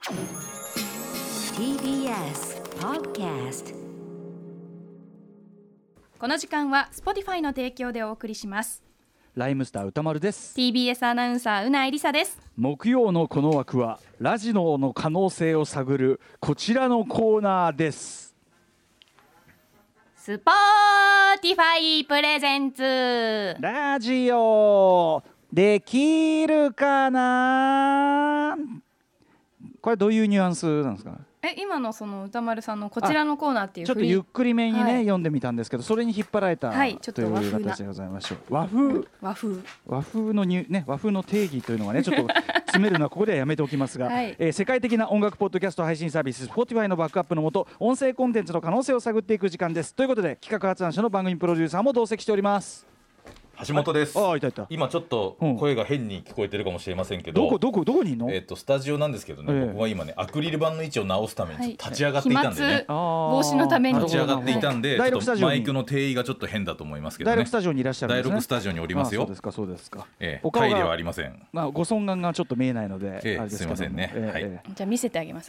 TBS Podcast。 この時間は Spotify の提供でお送りします。 ライムスター歌丸です。 TBS アナウンサーうないりさです。 木曜のこの枠はラジオの可能性を探るこちらのコーナーです。 Spotify プレゼンツラジオできるかな。これどういうニュアンスなんですか。 今のその歌丸さんのこちらのコーナーっていうちょっとゆっくりめにね、 はい、 読んでみたんですけど、それに引っ張られた、 ちょっとという形でございましょう。和風の和風の定義というのがねちょっと詰めるのはここではやめておきますが、世界的な音楽ポッドキャスト配信サービス Spotify のバックアップのもと音声コンテンツの可能性を探っていく時間です。ということで企画発案者の番組プロデューサーも同席しております。 橋本です。 いた今ちょっと声が変に聞こえてるかもしれませんけど、 どこにいんの？ スタジオなんですけどね、僕は今ねアクリル板の位置を直すために立ち上がっていたんでね、 防止のために立ち上がっていたんで、ちょっとマイクの定位がちょっと変だと思いますけどね。 第6スタジオにいらっしゃるんですね。 第6スタジオにおりますよ。 そうですか。 会ではありません。 ご尊顔がちょっと見えないので、あれですけども、 すいませんね。 じゃあ見せてあげます。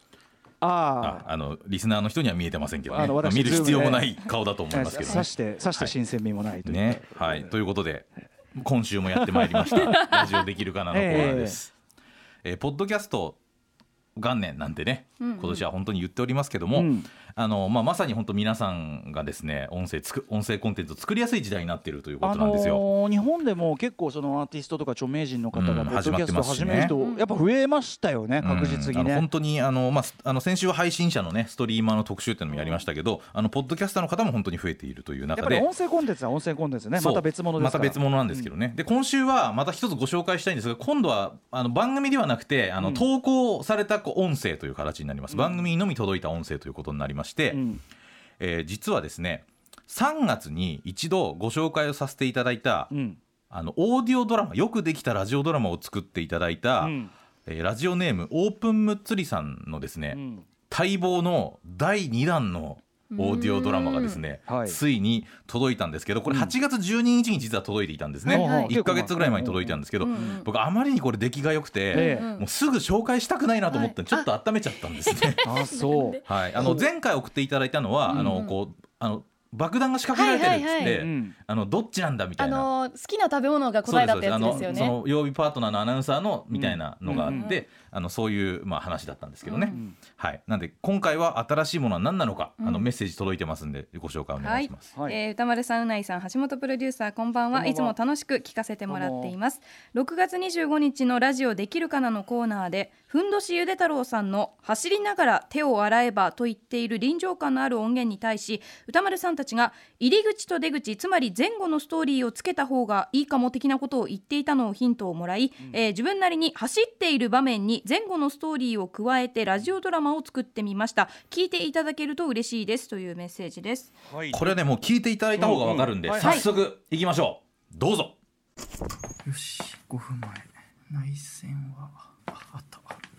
リスナーの人には見えてませんけどね、見る必要もない顔だと思いますけどね。 さして新鮮味もないというね。ということで今週もやってまいりましたラジオできるかなのコーナーです。ポッドキャスト元年なんてね、今年は本当に言っておりますけども、まさに本当皆さんがですね音声コンテンツを作りやすい時代になっているということなんですよ。 日本でも結構そのアーティストとか著名人の方がポッドキャストを始める人、やっぱ増えましたよね、確実にね。 本当に先週は配信者のねストリーマーの特集っていうのもやりましたけど、ポッドキャスターの方も本当に増えているという中で、 やっぱり音声コンテンツは音声コンテンツね、また別物ですから。 また別物なんですけどね、で今週はまた一つご紹介したいんですが、今度は番組ではなくて投稿された音声という形になります。番組のみ届いた音声ということになりまして、実はですね3月に一度ご紹介をさせていただいた、オーディオドラマ、よくできたラジオドラマを作っていただいた、ラジオネームオープンムッツリさんのですね、待望の第2弾のオーディオドラマがですね、ついに届いたんですけど、これ8月12日に実は届いていたんですね。1ヶ月ぐらい前に届いたんですけど、僕あまりにこれ出来が良くて、もうすぐ紹介したくないなと思ってちょっと温めちゃったんですね。前回送っていただいたのは爆弾が仕掛けられてるっつってどっちなんだみたいな、 好きな食べ物が答えだったやつですよね。 その曜日パートナーのアナウンサーのみたいなのがあって、そういう話だったんですけどね。なんで今回は新しいものは何なのか、メッセージ届いてますんでご紹介お願いします。 歌丸さん、うないさん、橋本プロデューサー、こんばんは。いつも楽しく聞かせてもらっています。6月25日のラジオできるかなのコーナーで、ふんどしゆで太郎さんの走りながら手を洗えばと言っている臨場感のある音源に対し、歌丸さんたちが入り口と出口、つまり前後のストーリーをつけた方がいいかも的なことを言っていたのをヒントをもらい、自分なりに走っている場面に前後のストーリーを加えてラジオドラマを作ってみました。聞いていただけると嬉しいですというメッセージです。 これはねもう聞いていただいた方が分かるんで、早速いきましょう。どうぞ。 よし、5分前。内線はあった。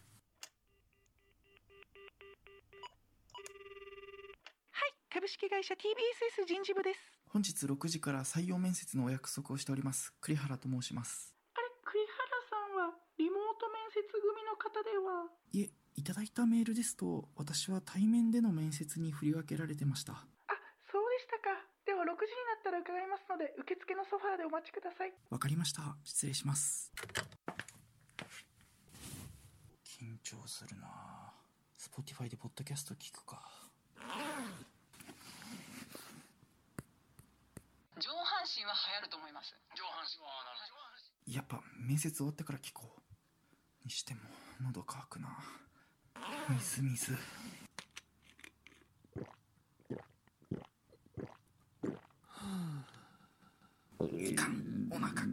株式会社 TBSS 人事部です。 本日6時から採用面接のお約束をしております栗原と申します。 あれ、栗原さんはリモート面接組の方では？ いえ、いただいたメールですと私は対面での面接に振り分けられてました。 そうでしたか。では6時になったら伺いますので受付のソファーでお待ちください。 わかりました。失礼します。緊張するな。 Spotify でポッドキャスト聞くか。 上半身は流行ると思います。上半身はやっぱ面接終わってから聞こう。にしても喉乾くな。水いかん、お腹下った。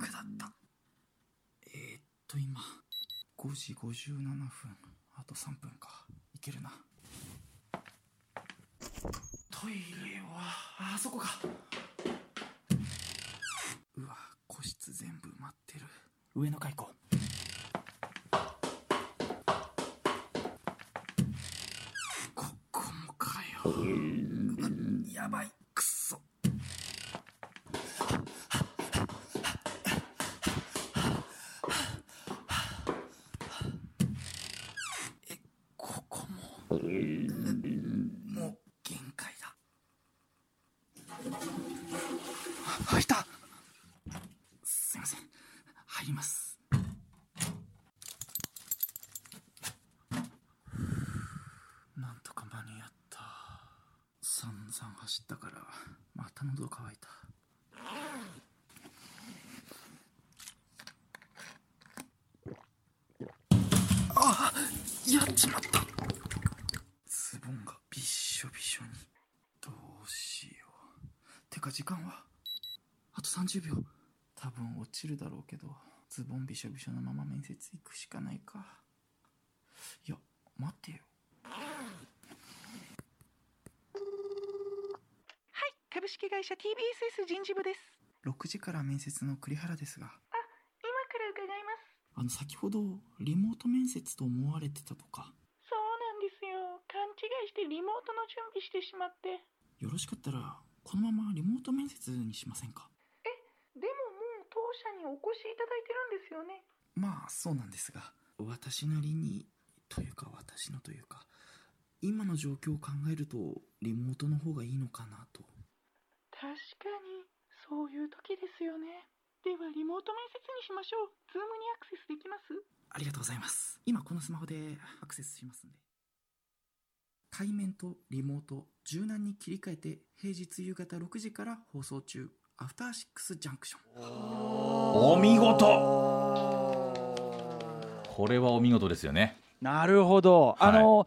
今5時57分、あと3分か。いけるな。トイレはあそこか。うわ、個室全部埋まってる。上の階行こう。ここもかよ。やばい、くっそ。 もう限界だ。入った。すいません、入ります。なんとか間に合った。散々走ったからまた喉乾いた。あ、やっちまった。ズボンがびっしょびしょに。どうしよう。てか時間はあと30秒。多分落ちるだろうけど、ズボンびしょびしょのまま面接行くしかないか。いや待てよ。 はい、株式会社 TBSS 人事部です。 6時から面接の栗原ですが。 今から伺います。 先ほどリモート面接と思われてたとか。 そうなんですよ。勘違いしてリモートの準備してしまって。 よろしかったらこのままリモート面接にしませんか？ でももう当社にお越しいただいてるんですよね。 まあそうなんですが、私なりにというか私のというか、今の状況を考えるとリモートの方がいいのかなと。 確かにそういう時ですよね。ではリモート面接にしましょう。ズームにアクセスできます？ ありがとうございます。今このスマホでアクセスしますんで。対面とリモート柔軟に切り替えて、平日夕方6時から放送中、アフターシックスジャンクション。 お見事。これはお見事ですよね。 なるほど、はい、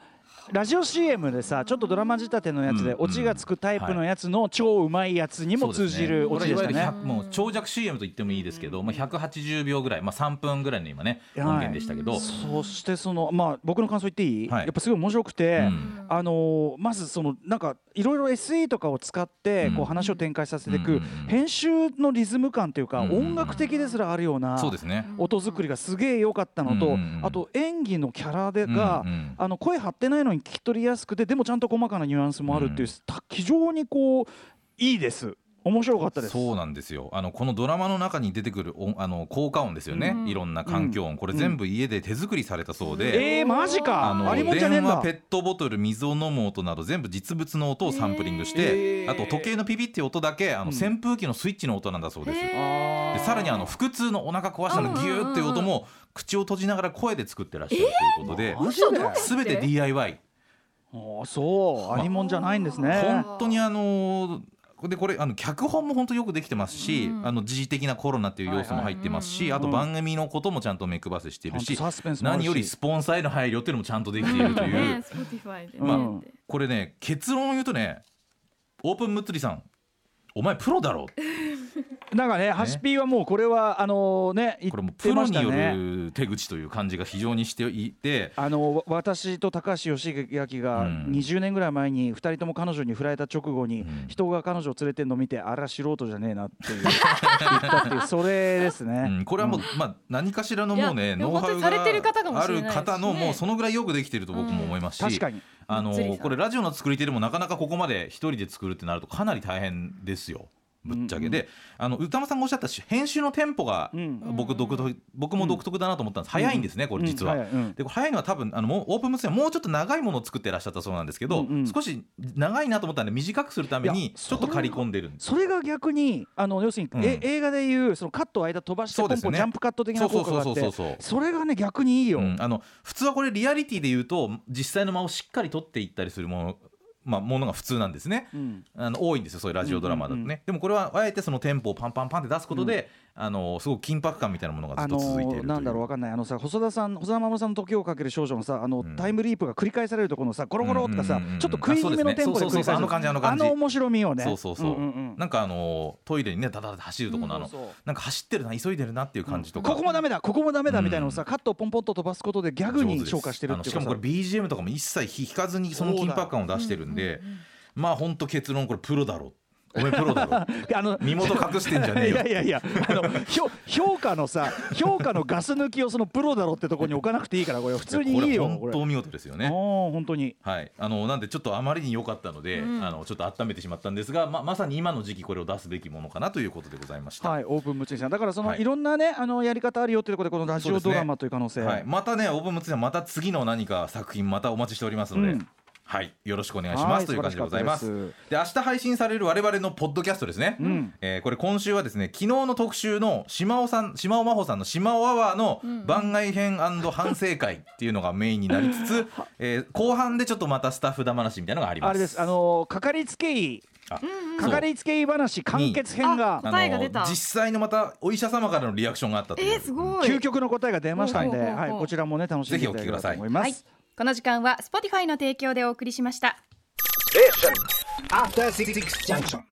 ラジオ CM でさ、ちょっとドラマ仕立てのやつでオチがつくタイプのやつの超うまいやつにも通じるオチでしたね。 もう長尺 CM と言ってもいいですけど、180秒ぐらい、3分ぐらいの今ね音源でしたけど、はい、 そして僕の感想言っていい、はい、やっぱすごい面白くて、まずなんかいろいろ SE とかを使ってこう話を展開させていく編集のリズム感というか、音楽的ですらあるような音作りがすげえ良かったのと、あと演技のキャラが声張ってないのに聞き取りやすくて、でもちゃんと細かなニュアンスもあるっていう、非常にこういいです。面白かったです。 そうなんですよ。このドラマの中に出てくる効果音ですよね、いろんな環境音、これ全部家で手作りされたそうで、 マジか。 電話、ペットボトル、水を飲む音など全部実物の音をサンプリングして、あと時計のピピって音だけ扇風機のスイッチの音なんだそうです。でさらに腹痛のお腹壊したのギューっていう音も口を閉じながら声で作ってらっしゃるということで、全て DIY。 そうありもんじゃないんですね。 本当にでこれ脚本も本当よくできてますし、時事的なコロナっていう要素も入ってますし、あと番組のこともちゃんと目配せしているし、何よりスポンサーへの配慮っていうのもちゃんとできているというこれね、結論を言うとね、オープンむつりさん、お前プロだろなんかね、ハシピーはもうこれはこれもプロによる手口という感じが非常にしていて、 私と高橋義明が20年ぐらい前に2人とも彼女に振られた直後に、人が彼女を連れてるのを見て、あら素人じゃねえなっていう言ったっていう、それですね。 これはもう、何かしらのもうねノウハウがある方のもうそのぐらいよくできてると僕も思いますし、 確かにこれラジオの作り手でもなかなかここまで一人で作るってなるとかなり大変ですよ、ぶっちゃけで。歌間さんがおっしゃった編集のテンポが僕も独特だなと思ったんです。早いんですね、これ実は。でこれ早いのは多分オープン娘はもうちょっと長いものを作ってらっしゃったそうなんですけど、少し長いなと思ったんで短くするためにちょっと刈り込んでるんです。 それが逆に要するに映画でいうそのカットを間飛ばしてポンポンジャンプカット的な効果があって、それがね逆にいいよ。 普通はこれリアリティでいうと実際の間をしっかり撮っていったりするものが普通なんですね、多いんですよ、そういうラジオドラマだとね。でもこれはあえてそのテンポをパンパンパンって出すことで、すごく緊迫感みたいなものがずっと続いているという。 なんだろう、分かんない、細田守さんの時をかける少女のさ、タイムリープが繰り返されるところのさ、ゴロゴロとかさ、ちょっと食い気味のテンポで繰り返される、面白みをね。なんかトイレにねダダダ走るところのなんか走ってるな、急いでるなっていう感じとか、 ここもダメだここもダメだみたいなのをさ、カットをポンポンと飛ばすことでギャグに昇華してるっていうか、 しかもこれ BGM とかも一切弾かずにその緊迫感を出してるんで、本当結論これプロだろ、お前プロだろ身元隠してんじゃねえよ。 いや評価のガス抜きをそのプロだろってところに置かなくていいから、これ普通にいいよ。 これ本当お見事ですよね。 本当に、 はい、なんでちょっとあまりに良かったので、ちょっと温めてしまったんですが、まさに今の時期これを出すべきものかなということでございました。 はい、オープンむつりさんだからいろんなねやり方あるよっていうところで、このラジオドラマという可能性、 またねオープンむつりさんまた次の何か作品またお待ちしておりますので、 はい、よろしくお願いしますという感じでございます。で、明日配信される我々のポッドキャストですね、これ今週はですね、昨日の特集の島尾真帆さんの島尾アワーの番外編&反省会っていうのがメインになりつつ、後半でちょっとまたスタッフだ話みたいなのがあります。 あれです、かかりつけ医話完結編が答えが出た。 実際のまたお医者様からのリアクションがあったという、 すごい究極の答えが出ましたので、はい、こちらもね楽しんでいただければと思います。 はい、この時間は Spotify の提供でお送りしました。 After 66 junction.